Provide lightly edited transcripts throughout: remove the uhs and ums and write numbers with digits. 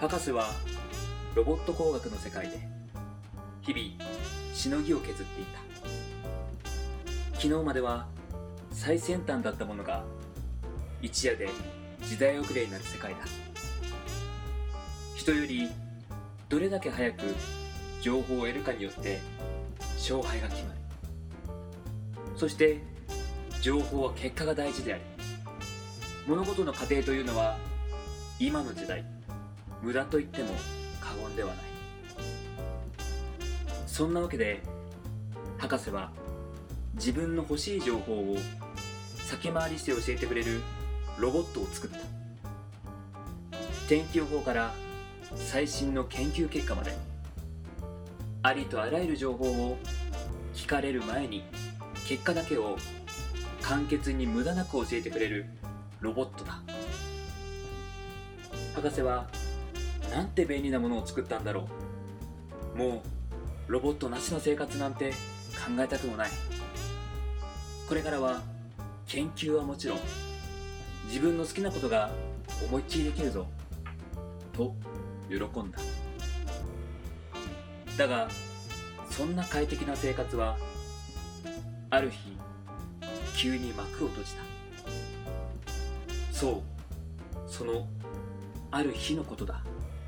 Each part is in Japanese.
博士はロボット工学の世界で日々しのぎを削っていた。昨日までは最先端だったものが一夜で時代遅れになる世界だ。人よりどれだけ早く情報を得るかによって勝敗が決まる。そして情報は結果が大事である。物事の過程というのは今の時代無駄と言っても過言ではない。そんなわけで博士は自分の欲しい情報を先回りして教えてくれるロボットを作った。天気予報から最新の研究結果までありとあらゆる情報を聞かれる前に結果だけを簡潔に無駄なく教えてくれるロボットだ。博士はなんて便利なものを作ったんだろう。もうロボットなしの生活なんて考えたくもない。これからは研究はもちろん自分の好きなことが思いっきりできるぞと喜んだ。だがそんな快適な生活はある日急に幕を閉じた。そう、そのある日のことだ。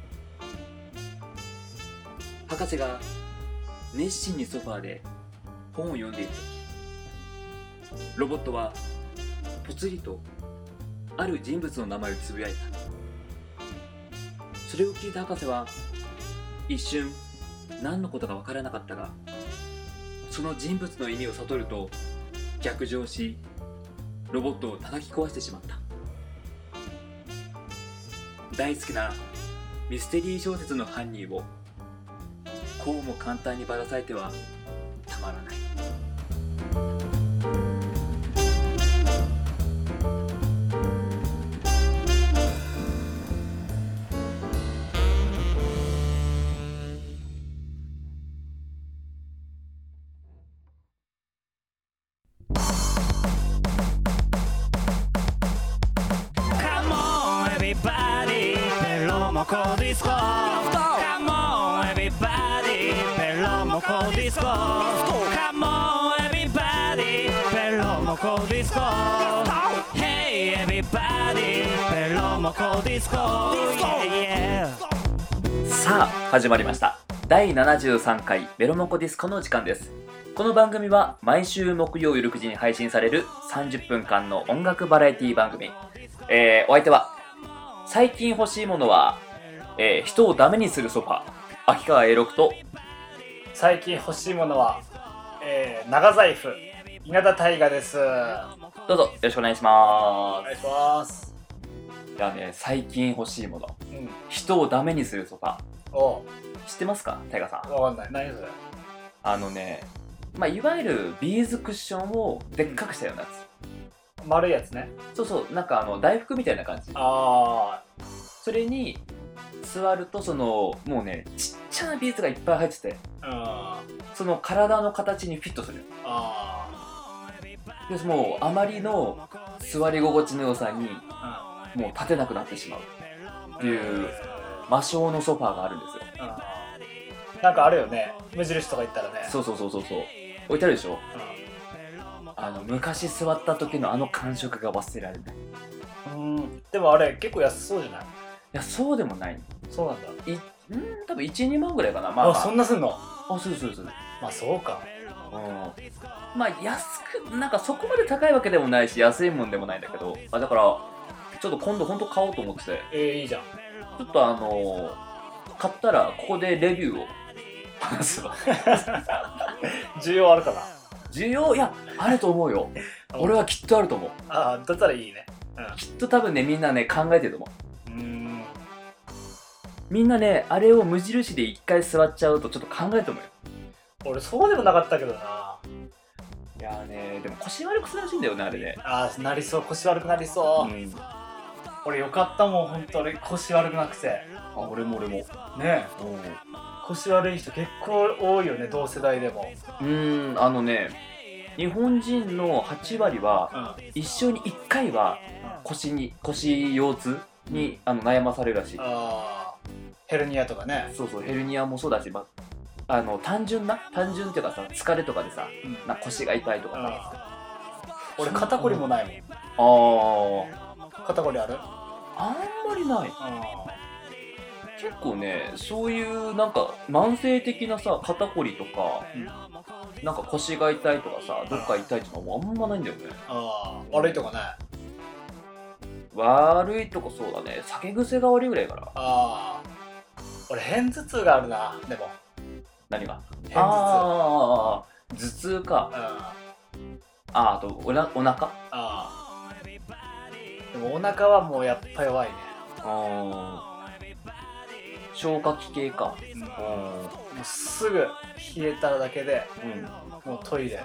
博士が熱心にソファーで本を読んでいるとき、ロボットはぽつりとある人物の名前をつぶやいた。それを聞いた博士は一瞬何のことかわからなかったが、その人物の意味を悟ると逆上しロボットを叩き壊してしまった。大好きなミステリー小説の犯人をこうも簡単にばらされてはたまらない。 ペロモコディスコ Come on everybody ペロモコディスコ Come on everybody ペロモコディスコ Hey everybody ペロモコディスコ Yeah, yeah. さあ始まりました。第73回ベロモコディスコの時間です。この番組は毎週木曜夜9時に配信される30分間の音楽バラエティ番組。お相手は最近欲しいものは、人をダメにするソファー秋川 A6 と、 最近欲しいものは、長財布稲田大我です。 どうぞよろしくお願いしおま願いします。 す。じゃあね、最近欲しいもの、 うん。 人をダメにするソファおう、 ー知ってますか、大我さん。 わかんない。何それ。 いわゆるビーズクッションをでっかくしたようなやつ。 丸いやつね。 そうそう、なんか大福みたいな感じ。 あそれに座るともうね、ちっちゃなビーズがいっぱい入ってて、 あ、 その体の形にフィットする。でもうあまりの座り心地の良さにもう立てなくなってしまうっていう魔性のソファーがあるんですよ。 なんかあるよね、無印とか行ったらね。 そう置いてあるでしょ。昔座った時の感触が忘れられない。 でもあれ結構安そうじゃない？ いや、そうでもない。 そうなんだ。 多分 1,2 万ぐらいかな。 そんなすんの？ する。 まあそうか。 安く、なんかそこまで高いわけでもないし安いもんでもないんだけど、だからちょっと今度ほんと買おうと思ってて。 いいじゃん。 ちょっと買ったらここでレビューを話すわ。 需要あるかな？ 需要、いや、あると思うよ。俺はきっとあると思う。 だったらいいね。 きっと多分ね、みんなね考えてると思う。みんなね、あれを無印で一回座っちゃうとちょっと考えると思うよ。 俺そうでもなかったけどな。 いやーね、でも腰悪くするらしいんだよね、あれで。 なりそう。腰悪くなりそう。俺よかったもん、ほんと。俺腰悪くなくて。 俺もねえ、腰悪い人結構多いよね、同世代でも。 日本人の8割は一生に1回は腰腰腰痛に悩まされるらしい。 ヘルニアとかね。 そうそう、ヘルニアもそうだし、単純っていうかさ、疲れとかでさ、腰が痛いとかさ。 俺肩こりもないもん。肩こりある？ あんまりない。結構ね、そういうなんか慢性的なさ、肩こりとか、なんか腰が痛いとかさ、どっか痛いとかもあんまないんだよね。 悪いとかない？ 悪いとこそうだね、酒癖が悪いぐらいから。 俺偏頭痛があるな。でも何が？ 偏頭痛。頭痛か。あとお腹？ でもお腹はもうやっぱ弱いね。 消化器系か。 もうすぐ冷えただけで、もうトイレ。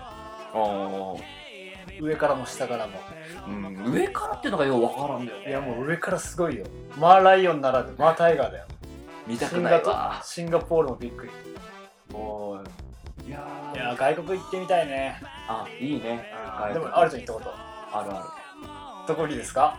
上からも下からも。 上からってのがようわからんだよね。 いやもう上からすごいよ。マーライオンならぬマータイガーだよ。 見たくないわ。 シンガポールもびっくり。いや外国行ってみたいね。 いいね。 でもあるじゃん、行ったこと。 ある。 どこにですか？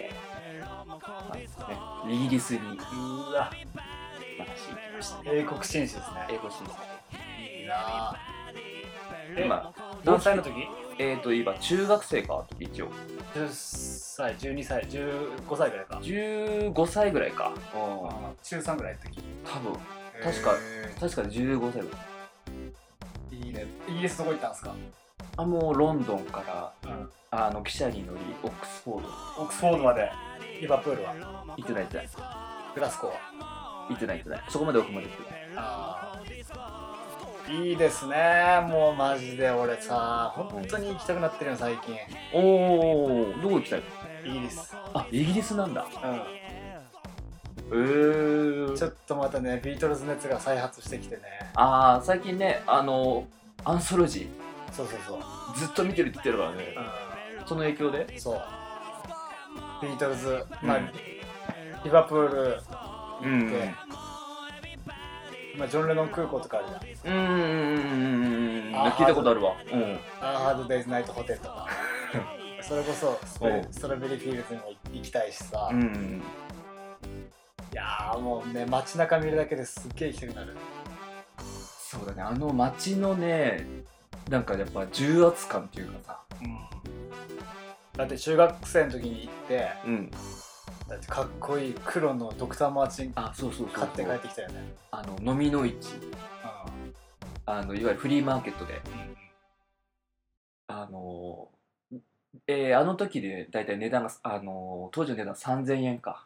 イギリスに。 うわ、 私行きましたね。 英国紳士ですね。 英国紳士。 いいな。 今何歳の時？ 今中学生か、一応。 10歳、12歳、15歳ぐらいか。 15歳ぐらいか。 中3ぐらいの時。 多分。確かに15歳ぐらい。 いいね。イギリスどこ行ったんですか？ もうロンドンから、汽車に乗り、オックスフォードまで。リバプールは行ってない。 グラスコーは行ってない。そこまで奥まで行ってない。 いいですね。もうマジで俺さ、本当に行きたくなってるよ最近。 どこ行きたい？ イギリス。 イギリスなんだ。 ちょっとまたね、ビートルズ熱が再発してきてね。 最近ね、アンソロジー。 そうずっと見てるって言ってるからね。その影響で？ そう。ビートルズ、リバプールで、ジョン・レノン空港とかあるじゃん。 聞いたことあるわ。 ハードデイズナイトホテルとか。それこそストロベリーフィールズにも行きたいしさ。いやーもうね、街中見るだけですっげえ行きたくなる。 そうだね、街のね、なんかやっぱ重圧感っていうかさ。 だって中学生の時に行って、だってかっこいい黒のドクターマーチン買って帰ってきたよね。 飲みの市、いわゆるフリーマーケットで、あの時でだいたい値段が当時の値段3000円か。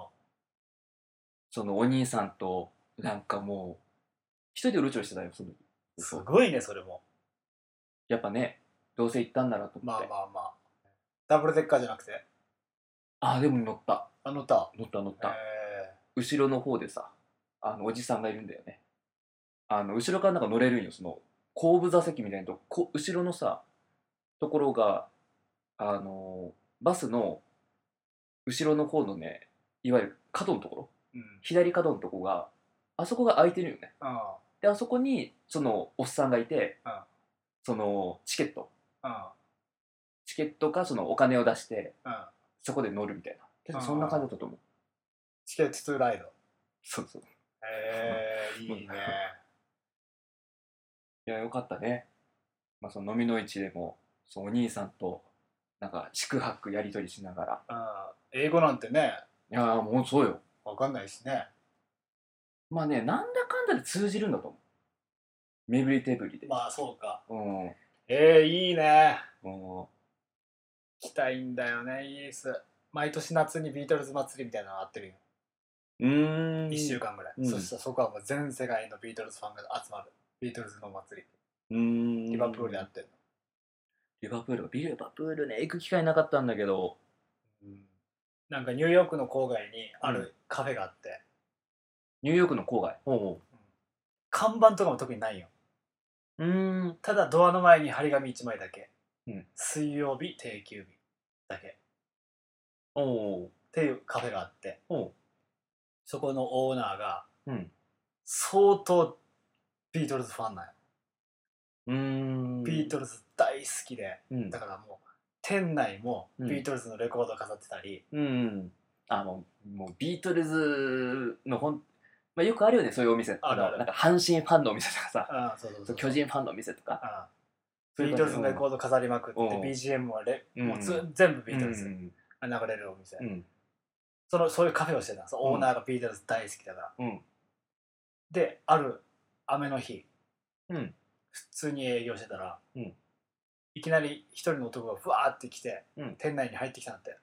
そのお兄さんとなんかもう一人でうろちょろしてたよ。その時すごいね。それもやっぱね、どうせ行ったんだなと思って。 ダブルデッカーじゃなくて？ でも乗った。 乗った。 後ろの方でさ、おじさんがいるんだよね。後ろからなんか乗れるんよ。その後部座席みたいな後ろのさところがバスの後ろの方のね、いわゆる角のところ、左角のところがあそこが空いてるよね。であそこにそのおっさんがいて、そのチケットかそのお金を出して、そこで乗るみたいな。そんな感じだったと思う。 チケットトゥーライド。 そう。 いいね。 いや、よかったね。その飲みの市でもお兄さんとなんか宿泊やり取りしながら。 英語なんてね。 いやもうそうよ。 わかんないしね。 なんだかんだで通じるんだと思う。身振り手振りで。 そうか。いいね。 行きたいんだよね、イギリス。毎年夏にビートルズ祭りみたいなのがあってるよ。1週間ぐらい。そしたらそこはもう全世界のビートルズファンが集まる。ビートルズの祭り。リバプールでやってるの。 リバプールね、行く機会なかったんだけど、 なんかニューヨークの郊外にあるカフェがあって。 ニューヨークの郊外。 看板とかも特にないよ。ただドアの前に張り紙1枚だけ。水曜日定休日だけっていうカフェがあって、そこのオーナーが相当ビートルズファンなんよ。ビートルズ大好きで、だからもう店内もビートルズのレコード飾ってたり、 もうビートルズのまあ、よくあるよねそういうお店。 あるあるなんか阪神ファンのお店とかさ、 そうそうそう、 巨人ファンのお店とか、 ビートルズのレコード飾りまくって、BGM はもう全部ビートルズが流れるお店、そういうカフェをしてたんです。オーナーがビートルズ大好きだから、である雨の日、普通に営業してたら、いきなり一人の男がふわーって来て、店内に入ってきたんだって、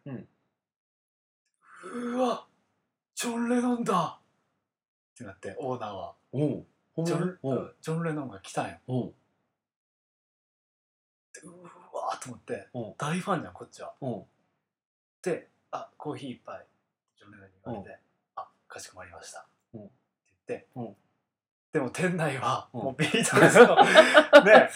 うわジョン・レノンだってなって、オーナーはジョン・レノンが来たんよ。でうわーと思って、大ファンじゃんこっちは。で、コーヒー一杯ジョン・レノンに言われて、かしこまりましたって言って、でも店内はもうビートルズのね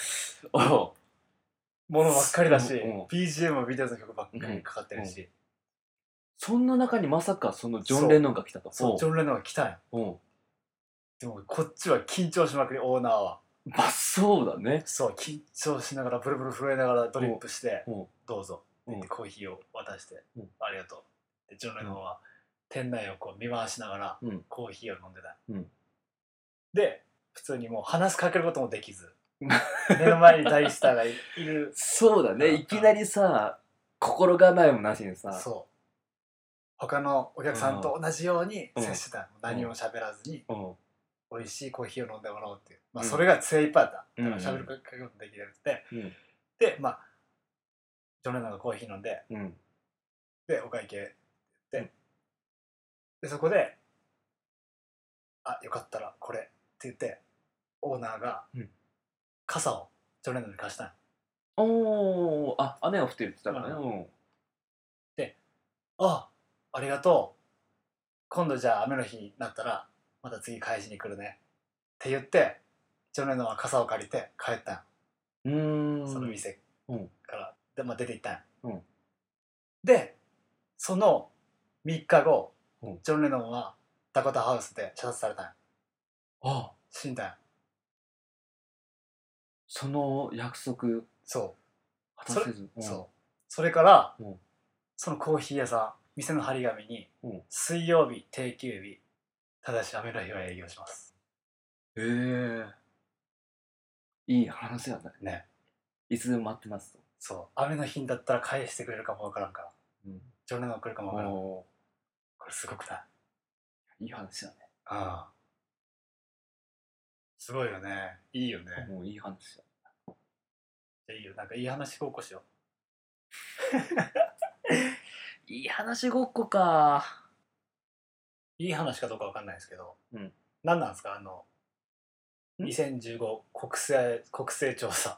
ものばっかりだし、BGM もビートルズの曲ばっかりかかってるし、 そんな中にまさかそのジョン・レノンが来たと。 そう、ジョン・レノンが来たんよ。でもこっちは緊張しまくり、オーナーは。 まあそうだね。 そう、緊張しながらブルブル震えながらドリップして「どうぞ」って言ってコーヒーを渡して「ありがとう」でジョン・レノンは店内をこう見回しながらコーヒーを飲んでた。で普通にもう話しかけることもできず、目の前に大スターがいる。 そうだね、いきなりさ心構えもなしにさ、 そう他のお客さんと同じように接してた。何も喋らずに美味しいコーヒーを飲んでもらおうっていう、それが精一杯だった。だから喋ることができるって、でジョン・レノンがコーヒー飲んで、でお会計でそこでよかったらこれって言ってオーナーが傘をジョン・レノンに貸したん。 雨が降ってるって言ったからね。 でありがとう、今度じゃあ雨の日になったらまた次返しに来るねって言って、ジョン・レノンは傘を借りて帰ったん。その店からで、出て行ったん。でその3日後、ジョン・レノンはダコタハウスで射殺されたん。死んだん。 その約束果たせず。 それから、そのコーヒー屋さん、店の張り紙に水曜日定休日、ただし雨の日は営業します。 へえ、いい話だね。 いつでも待ってますと。 そう、雨の日だったら返してくれるかもわからんから、ジョン・レノン来るかもわからん。これすごくない？ いい話だね。 すごいよね。いいよね。 もういい話だ。 じゃあいいよ、なんかいい話ごっこしよう。いい話ごっこか。 いい話かどうかわかんないですけど、何なんですか2015国勢調査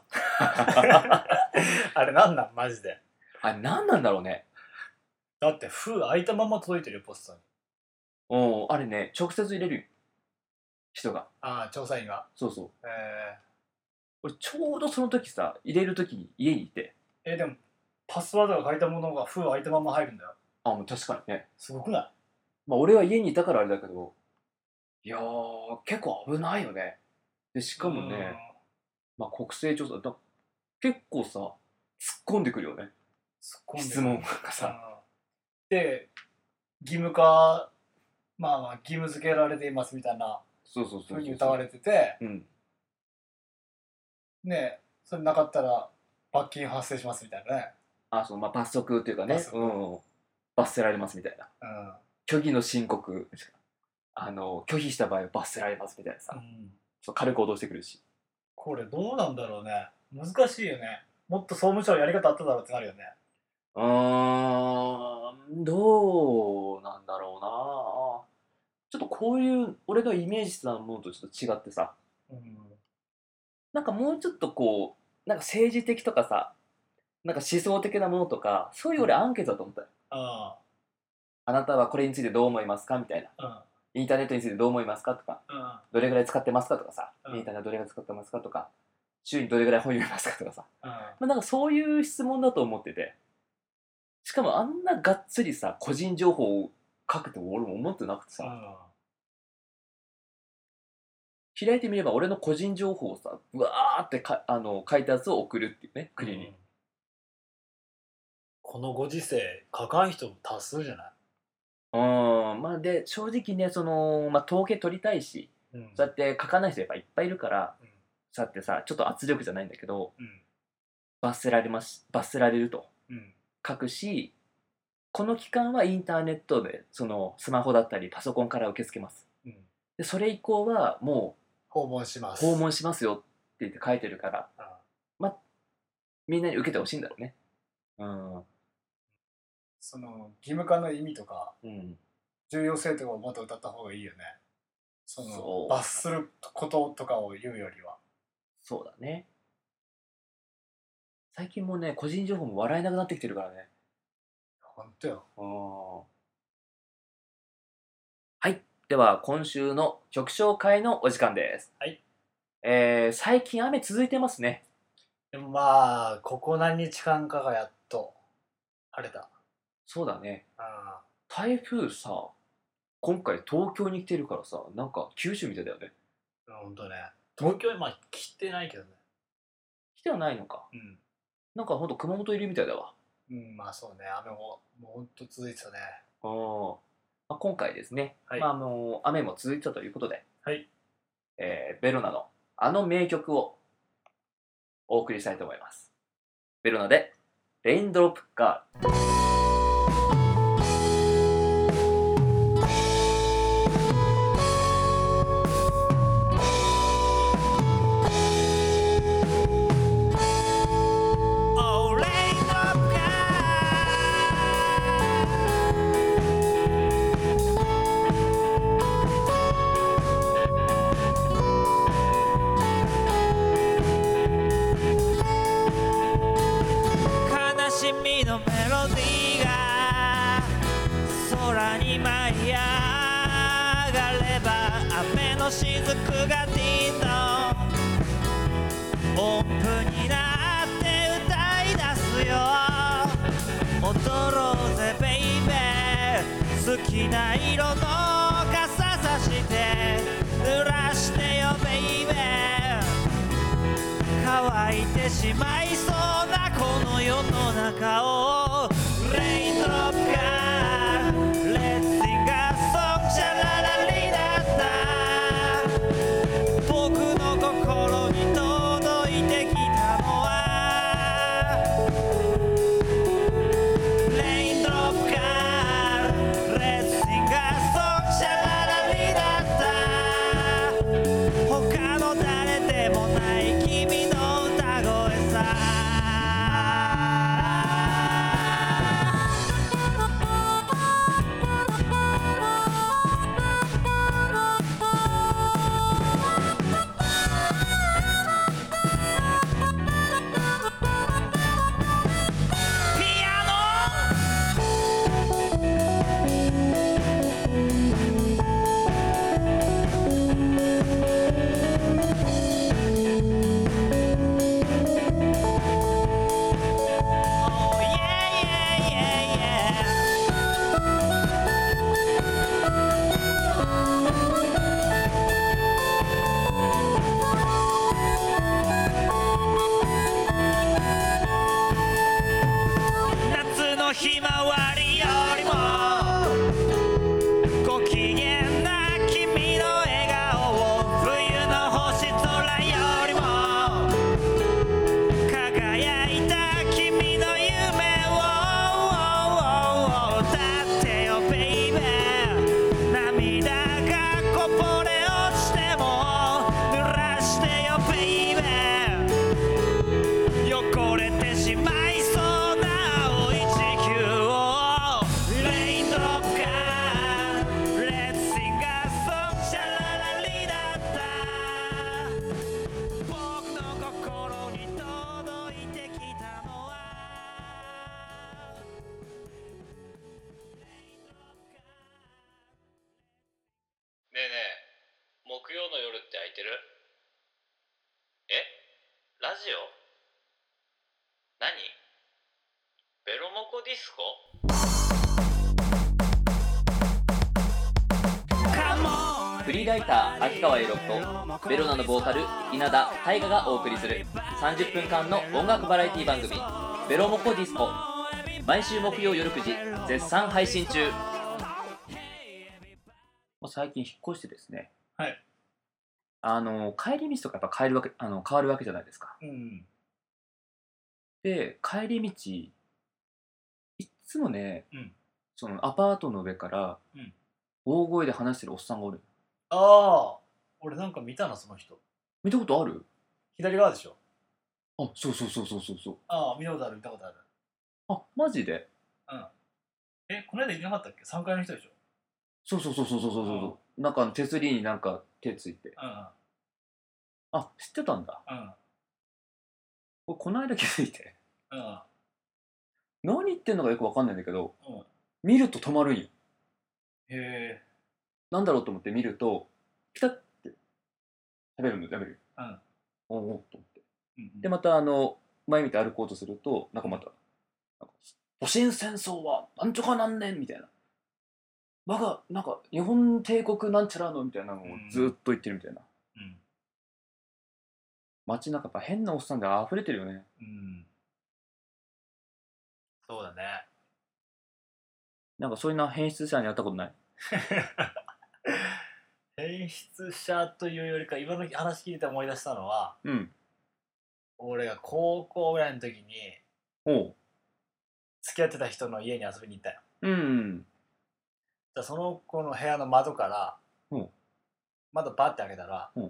あれ何なんマジで。 あれ何なんだろうね。 だって封開いたまま届いてるよ、ポストに。 あれね、直接入れるよ人が。 調査員が。 そうそう。俺ちょうどその時さ、入れる時に家にいて。 でもパスワードが書いたものが封開いたまま入るんだよ。 もう確かにね。 すごくない？ 俺は家にいたからあれだけど、いやー結構危ないよね。でしかもね、国勢調査だ結構さ突っ込んでくるよね。質問がさ。 で義務化、義務付けられていますみたいなふうに歌われてて、ね、それなかったら罰金発生しますみたいなね。 罰則っていうかね、罰せられますみたいな。虚偽の申告、拒否した場合は罰せられますみたいなさ、軽く脅してくるし。 これどうなんだろうね。難しいよね。もっと総務省やり方あっただろうってなるよね。 どうなんだろうな。ちょっとこういう俺がイメージしてたものとちょっと違ってさ、なんかもうちょっとこうなんか政治的とかさ、なんか思想的なものとか、そういう俺アンケートだと思ったよ。あなたはこれについてどう思いますかみたいな。インターネットについてどう思いますかとか、どれぐらい使ってますかとかさ、インターネットどれぐらい使ってますかとか、週にどれぐらい本読みますかとかさ、なんかそういう質問だと思ってて、しかもあんながっつりさ個人情報を書くって俺も思ってなくてさ、開いてみれば俺の個人情報をさうわーって書いたやつを送るっていうね、国に。 このご時世書かん人多数じゃない？ まあで正直ね統計取りたいし、そうやって書かない人やっぱいっぱいいるから、そうやってさちょっと圧力じゃないんだけど、罰せられると、書くし、この期間はインターネットでスマホだったりパソコンから受け付けます、でそれ以降はもう訪問しますよって言って書いてるから、まあみんなに受けてほしいんだろうね。 その義務化の意味とか、重要性とかをもっと歌った方がいいよね。罰することとかを言うよりは。 そうだね。最近もね個人情報も笑えなくなってきてるからね。 ほんとよ。 はい、では今週の曲紹介のお時間です。 はい。 最近雨続いてますね。 でもまあここ何日間かがやっと晴れた。 そうだね。台風さ今回東京に来てるからさ、なんか九州みたいだよね。 ほんとね。東京今来てないけどね。 来てはないのか。なんかほんと熊本いるみたいだわ。 まあそうね、雨もうほんと続いてたね。 今回ですね、雨も続いてたということで、ベロナのあの名曲をお送りしたいと思います。ベロナでレインドロップガール。 雫がディンドン音符になって歌い出すよ。踊ろうぜベイベー、好きな色の傘さして濡らしてよベイベー、乾いてしまいそうなこの世の中をレインドロップがひまわりよりもご機嫌な君の笑顔を、冬の星空よりも輝いた君の夢を歌ってよベイベー、涙がこぼれ落ちても濡らしてよベイベー、汚れてしまいそうな木曜の夜って空いてる？ラジオ？何？ベロモコディスコ？ フリーライター秋川栄六とベロナのボーカル稲田大我がお送りする30分間の音楽バラエティ番組ベロモコディスコ、毎週木曜夜9時絶賛配信中。 最近引っ越してですね、 はい。 帰り道とかやっぱ変わるわけじゃないですか。 うん。 で、帰り道、いっつもね、 うん。 そのアパートの上からうん。 大声で話してるおっさんがおる。 ああ、俺なんか見たな、その人。 見たことある？ 左側でしょ。 あ、そうそうそうそうそうそう。 ああ、見たことある、見たことある。 あ、マジで？ うん。この間行けなかったっけ？ 3 階の人でしょ。 そうそうそうそうそうそうそう。なんか手すりになんか手ついて。 うん。 あ、知ってたんだ。 うん。 俺この間気づいて。 うん。 何言ってんのかよくわかんないんだけど、 うん。 見ると止まるんよ。 へえ。 なんだろうと思って見ると、ピタッて食べる。 うん。 おおと思って。 うん。 で、また前見て歩こうとすると、なんかまた、なんか戊辰戦争はなんとかなんねんみたいな。我が、なんか日本帝国なんちゃらのみたいなのをずっと言ってるみたいな。 うん。 街中やっぱ変なおっさんで溢れてるよね。 うん。そうだね。 なんかそういうの変質者に会ったことない？ 変質者というよりか、今の話聞いて思い出したのは、 うん。 俺が高校ぐらいの時におう。 付き合ってた人の家に遊びに行ったよ。 うん。 その子の部屋の窓からうん。 窓バッて開けたら、 うん。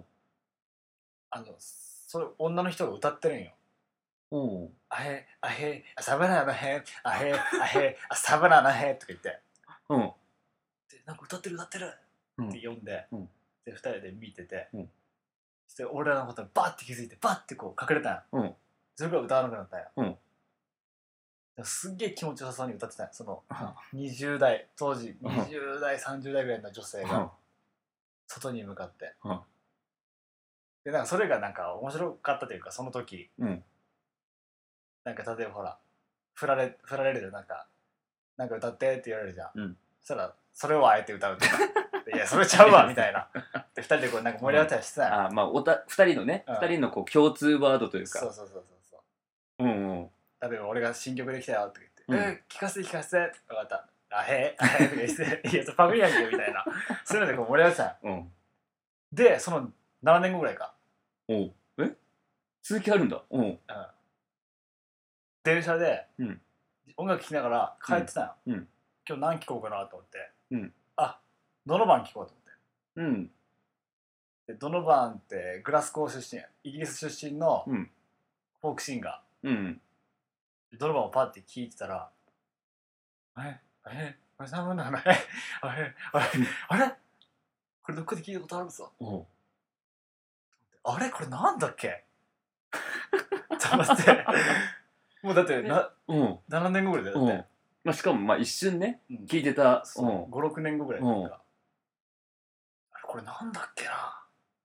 それ女の人が歌ってるんよ。 おう。 あへあへあサバナナへあへあへあサバナナへとか言って、 うん。 でなんか歌ってるうんって呼んで、 うんで2人で見てて、 うんそして俺らのことにバッて気づいてバッてこう隠れたんよ。 うん。 それから歌わなくなったんよ。 うん。 すっげえ気持ちよさそうに歌ってたんよ。そのあ 20代当時20代30代ぐらいの女性が外に向かって、 うんでなんかそれがなんか面白かったというか、その時うんなんか例えばほら振られるじゃん、なんか歌ってって言われるじゃん。 うんそしたらそれをあえて歌うとかいやそれちゃうわみたいなで2人でこうなんか盛り上がったりしてたんよ。 あ、まあ2人のね、 うん 2人のこう共通ワードというか。 そうそうそうそう。 うんうん。 例えば俺が新曲できたよってうん言って、聞かせて分かった、あへあへとか言っていやパクリやんけみたいな、そういうのでこう盛り上がってたんよ。 うん。 でその7年後ぐらいか、 おう。続きあるんだ。うん。 電車でうん音楽聴きながら帰ってたんよ。 うん今日何聴こうかなと思って、 うんドノバン聴こうと思って。 うんでドノバンってグラスゴー出身、イギリス出身のうんフォークシンガうんーで、ドノバンをパッて聴いてたら、あれこれどっかで聞いたことあるぞ。 おう。 あれこれなんだっけと思ってもうだってうん 7年後ぐらいだよ。だってまあしかもまあ一瞬ねうん聞いてた。 そう56年後ぐらいなんうんか、あれこれなんだっけな、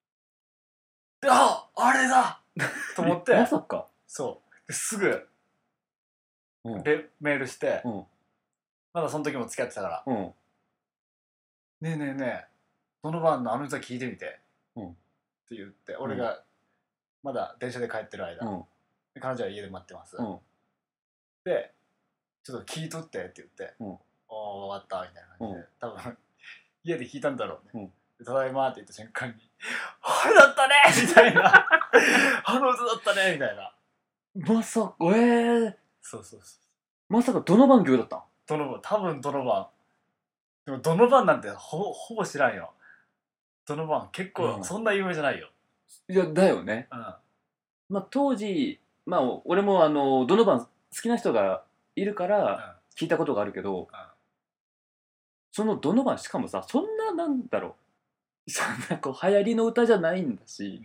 あれだと思ってまさか。 そうですぐうんメールして、 うんまだその時も付き合ってたからうん 「ねえねえねえどの番のあの歌聞いてみて」 うんって言って、俺がまだ電車で帰ってる間、 うんで彼女は家で待ってます、 うんでちょっと聞いとってって言ってうん 「おー分かった」みたいな感じで、 うん多分家で聞いたんだろうね、 うんでただいまって言った瞬間に「あれだったね!」みたいなあの歌だったねみたいな。 まさかそうそうそう、 まさかどの番組だったん？ 多分ドノバン。でもドノバンなんてほぼ知らんよ。ドノバン結構そんな有名じゃないよ。 いやだよね。 うんまあ当時まあ俺もどの番好きな人がいるから聞いたことがあるけど、そのどの番しかもさ、そんななんだろう、そんなこう流行りの歌じゃないんだし、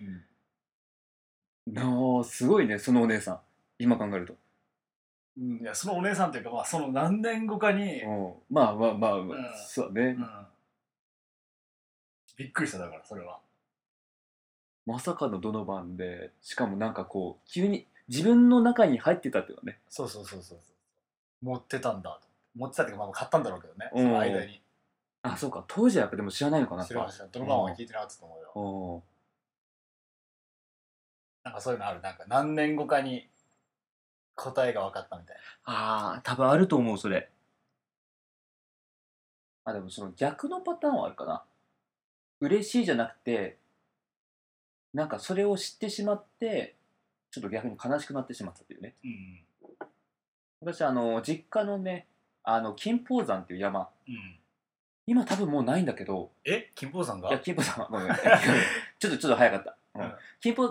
すごいねそのお姉さん今考えると。 いやそのお姉さんというか、まあその何年後かに、 まあまあまあ、そうだね、 びっくりしただからそれは。 まさかのどの番で、しかもなんかこう急に自分の中に入ってたっていうのね。 そう持ってたんだと。持ってたっていうか、まあ買ったんだろうけどね、その間に。 あ、そうか、当時はやっぱでも知らないのかな。 知らないドノバンは聞いてなかったと思うよ。なんかそういうのある、なんか何年後かに答えが分かったみたいな。 多分あると思うそれ。でもその逆のパターンはあるかな。 嬉しいじゃなくて、なんかそれを知ってしまってちょっと逆に悲しくなってしまったっていうね。 うん、 私実家のね金峰山っていう山、 うん、 今多分もうないんだけど。 金峰山が？ いや金峰山はごめんちょっと早かった、うん、金峰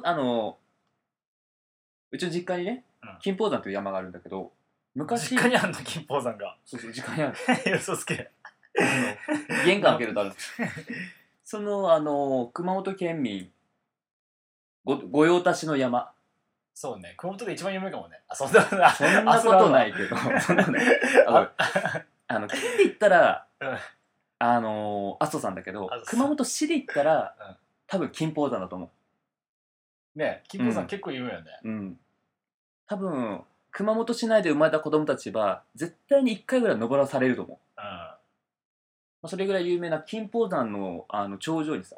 うちの実家にね、金峰山という山があるんだけど、昔実家にあるの金峰山が。 そう実家にある嘘つけ。 玄関開けるとあるんですその熊本県民御用達の山。 そうね、熊本で一番有名かもね。 そんなことないけどそんなね県で言ったら阿蘇山だけど、熊本市で言ったら、多分金峰山だと思うね。金峰山結構有名よね。 多分熊本市内で生まれた子供たちは絶対に1回ぐらい登らされると思う。それぐらい有名な金峰山の頂上にさ、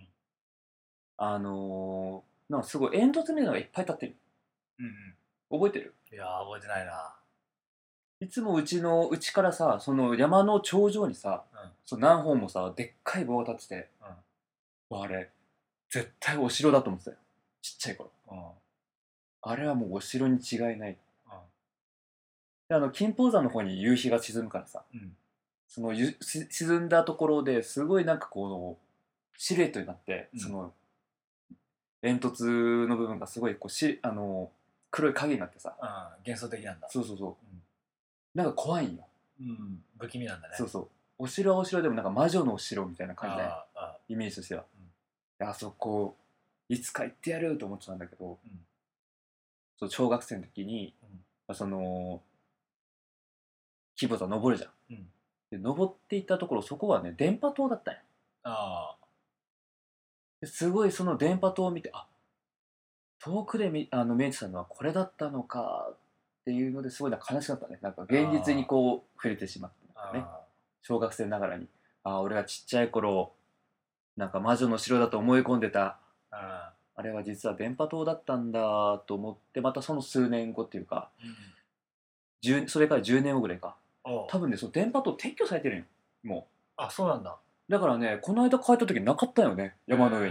なんかすごい煙突みたいなのがいっぱい立ってる。覚えてる？ いや覚えてないな。 いつもうちからさ、その山の頂上にさ、その何本もさでっかい棒が立ってて、あれ絶対お城だと思ってたよ、ちっちゃい頃。あれはもうお城に違いない。で金峰山の方に夕日が沈むからさ、その沈んだところですごいなんかこうシルエットになって、その煙突の部分がすごいこう黒い影になってさ、 幻想的なんだ。 そうそうそう、なんか怖いんよ。 不気味なんだね。 そうそう、お城はお城でもなんか魔女のお城みたいな感じでイメージとしては、あそこいつか行ってやると思ってたんだけど、そう小学生の時に、その金峰山登るじゃん、で登っていったところ、そこはね電波塔だったんよ。ですごいその電波塔を見て、遠くで見えてたのはこれだったのかっていうのですごい悲しかったね。なんか現実にこう触れてしまってね、小学生ながらに、俺がちっちゃい頃なんか魔女の城だと思い込んでた、あれは実は電波塔だったんだと思って、またその数年後っていうか、それから10年後ぐらいか、多分ねその電波塔撤去されてるんよもう。 そうなんだ。 だからね、この間帰った時なかったよね、山の上に。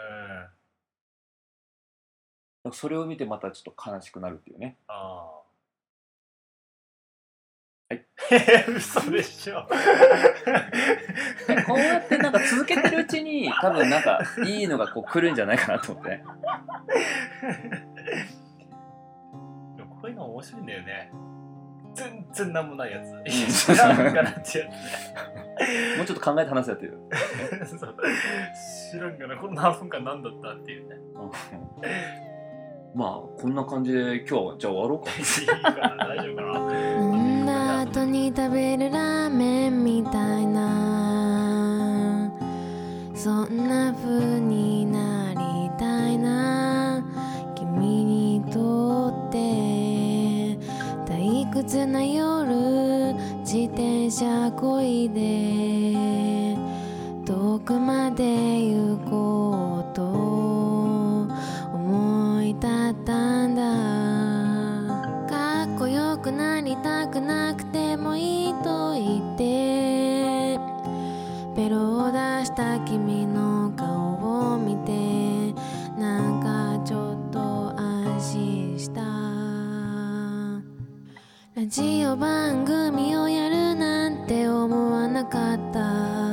それを見てまたちょっと悲しくなるっていうね。はい。 嘘でしょ。 こうやってなんか続けてるうちに多分なんかいいのがこう来るんじゃないかなと思って。 でもこういうの面白いんだよね。全然なんもないやつ。知らんからってやつね。 もうちょっと考えて話すやつよ。 知らんからこの何分間何だったっていうね。 まあこんな感じで今日はじゃあ終わろうか。 いいかな、大丈夫かな。 飲んだ後に食べるラーメンみたいな、そんな風になりたいな。君にとって退屈な夜、自転車こいで遠くまで行こうと思い立ったんだ。かっこよくなりたくなくてもいいと言ってベロを出した君の顔を見て、なんかちょっと安心した。ラジオ番組をやるなんて思わなかった。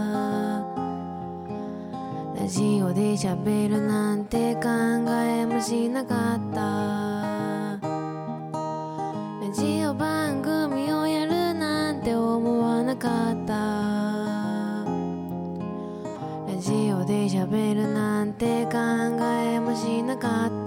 ラジオで喋るなんて考えもしなかった。ラジオ番組をやるなんて思わなかった。ラジオで喋るなんて考えもしなかった。